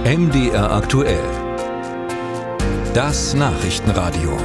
MDR aktuell. Das Nachrichtenradio.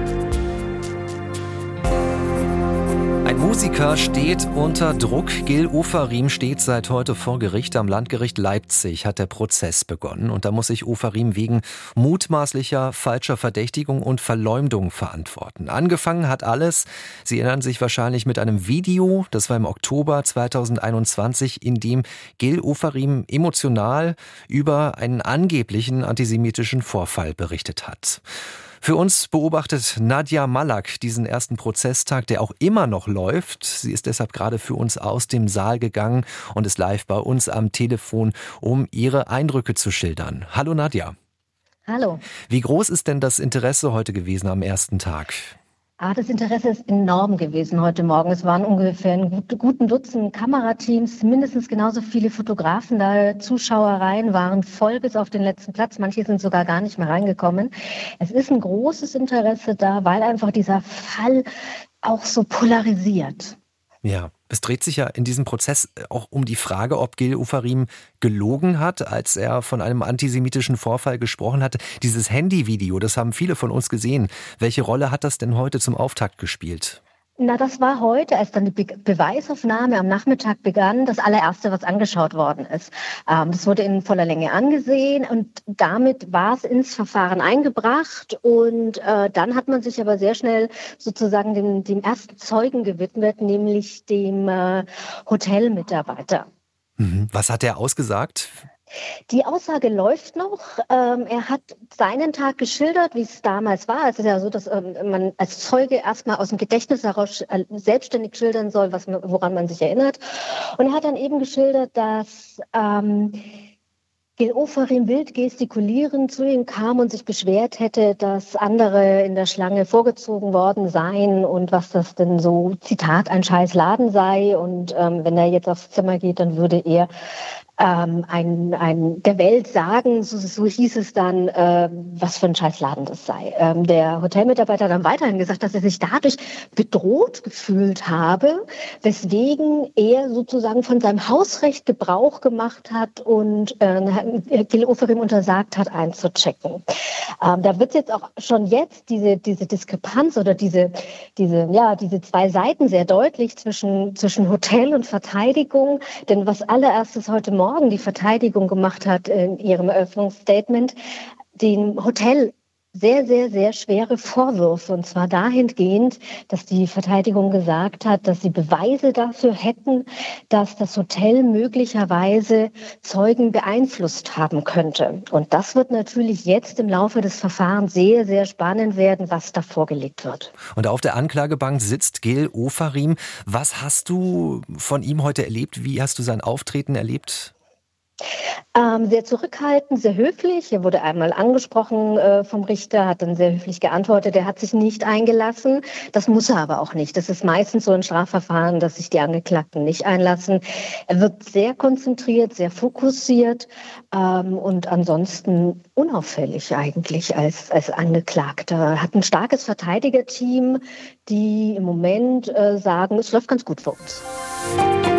Ein Musiker steht unter Druck. Gil Ofarim steht seit heute vor Gericht. Am Landgericht Leipzig hat der Prozess begonnen. Und da muss sich Ofarim wegen mutmaßlicher falscher Verdächtigung und Verleumdung verantworten. Angefangen hat alles, Sie erinnern sich wahrscheinlich, mit einem Video, das war im Oktober 2021, in dem Gil Ofarim emotional über einen angeblichen antisemitischen Vorfall berichtet hat. Für uns beobachtet Nadja Malak diesen ersten Prozesstag, der auch immer noch läuft. Sie ist deshalb gerade für uns aus dem Saal gegangen und ist live bei uns am Telefon, um ihre Eindrücke zu schildern. Hallo Nadja. Hallo. Wie groß ist denn das Interesse heute gewesen am ersten Tag? Das Interesse ist enorm gewesen heute Morgen. Es waren ungefähr ein guten Dutzend Kamerateams, mindestens genauso viele Fotografen da. Zuschauereien waren voll bis auf den letzten Platz. Manche sind sogar gar nicht mehr reingekommen. Es ist ein großes Interesse da, weil einfach dieser Fall auch so polarisiert. Ja, es dreht sich ja in diesem Prozess auch um die Frage, ob Gil Ofarim gelogen hat, als er von einem antisemitischen Vorfall gesprochen hatte. Dieses Handyvideo, das haben viele von uns gesehen. Welche Rolle hat das denn heute zum Auftakt gespielt? Das war heute, als dann die Beweisaufnahme am Nachmittag begann, das allererste, was angeschaut worden ist. Das wurde in voller Länge angesehen und damit war es ins Verfahren eingebracht. Und dann hat man sich aber sehr schnell sozusagen dem ersten Zeugen gewidmet, nämlich dem Hotelmitarbeiter. Was hat er ausgesagt? Die Aussage läuft noch. Er hat seinen Tag geschildert, wie es damals war. Es ist ja so, dass man als Zeuge erstmal aus dem Gedächtnis heraus selbstständig schildern soll, woran man sich erinnert. Und er hat dann eben geschildert, dass Gil Ofarim wild gestikulierend zu ihm kam und sich beschwert hätte, dass andere in der Schlange vorgezogen worden seien und was das denn so, Zitat, ein scheiß Laden sei. Und wenn er jetzt aufs Zimmer geht, dann würde er der Welt sagen, so hieß es dann, was für ein Scheißladen das sei. Der Hotelmitarbeiter hat dann weiterhin gesagt, dass er sich dadurch bedroht gefühlt habe, weswegen er sozusagen von seinem Hausrecht Gebrauch gemacht hat und Gil Ofarim untersagt hat, einzuchecken. Da wird jetzt auch schon jetzt diese Diskrepanz oder diese zwei Seiten sehr deutlich zwischen Hotel und Verteidigung, denn was allererstes heute Morgen die Verteidigung gemacht hat in ihrem Eröffnungsstatement, dem Hotel sehr, sehr, sehr schwere Vorwürfe. Und zwar dahingehend, dass die Verteidigung gesagt hat, dass sie Beweise dafür hätten, dass das Hotel möglicherweise Zeugen beeinflusst haben könnte. Und das wird natürlich jetzt im Laufe des Verfahrens sehr, sehr spannend werden, was da vorgelegt wird. Und auf der Anklagebank sitzt Gil Ofarim. Was hast du von ihm heute erlebt? Wie hast du sein Auftreten erlebt? Sehr zurückhaltend, sehr höflich. Er wurde einmal angesprochen vom Richter, hat dann sehr höflich geantwortet. Er hat sich nicht eingelassen. Das muss er aber auch nicht. Das ist meistens so ein Strafverfahren, dass sich die Angeklagten nicht einlassen. Er wird sehr konzentriert, sehr fokussiert und ansonsten unauffällig eigentlich als Angeklagter. Er hat ein starkes Verteidigerteam, die im Moment sagen, es läuft ganz gut für uns.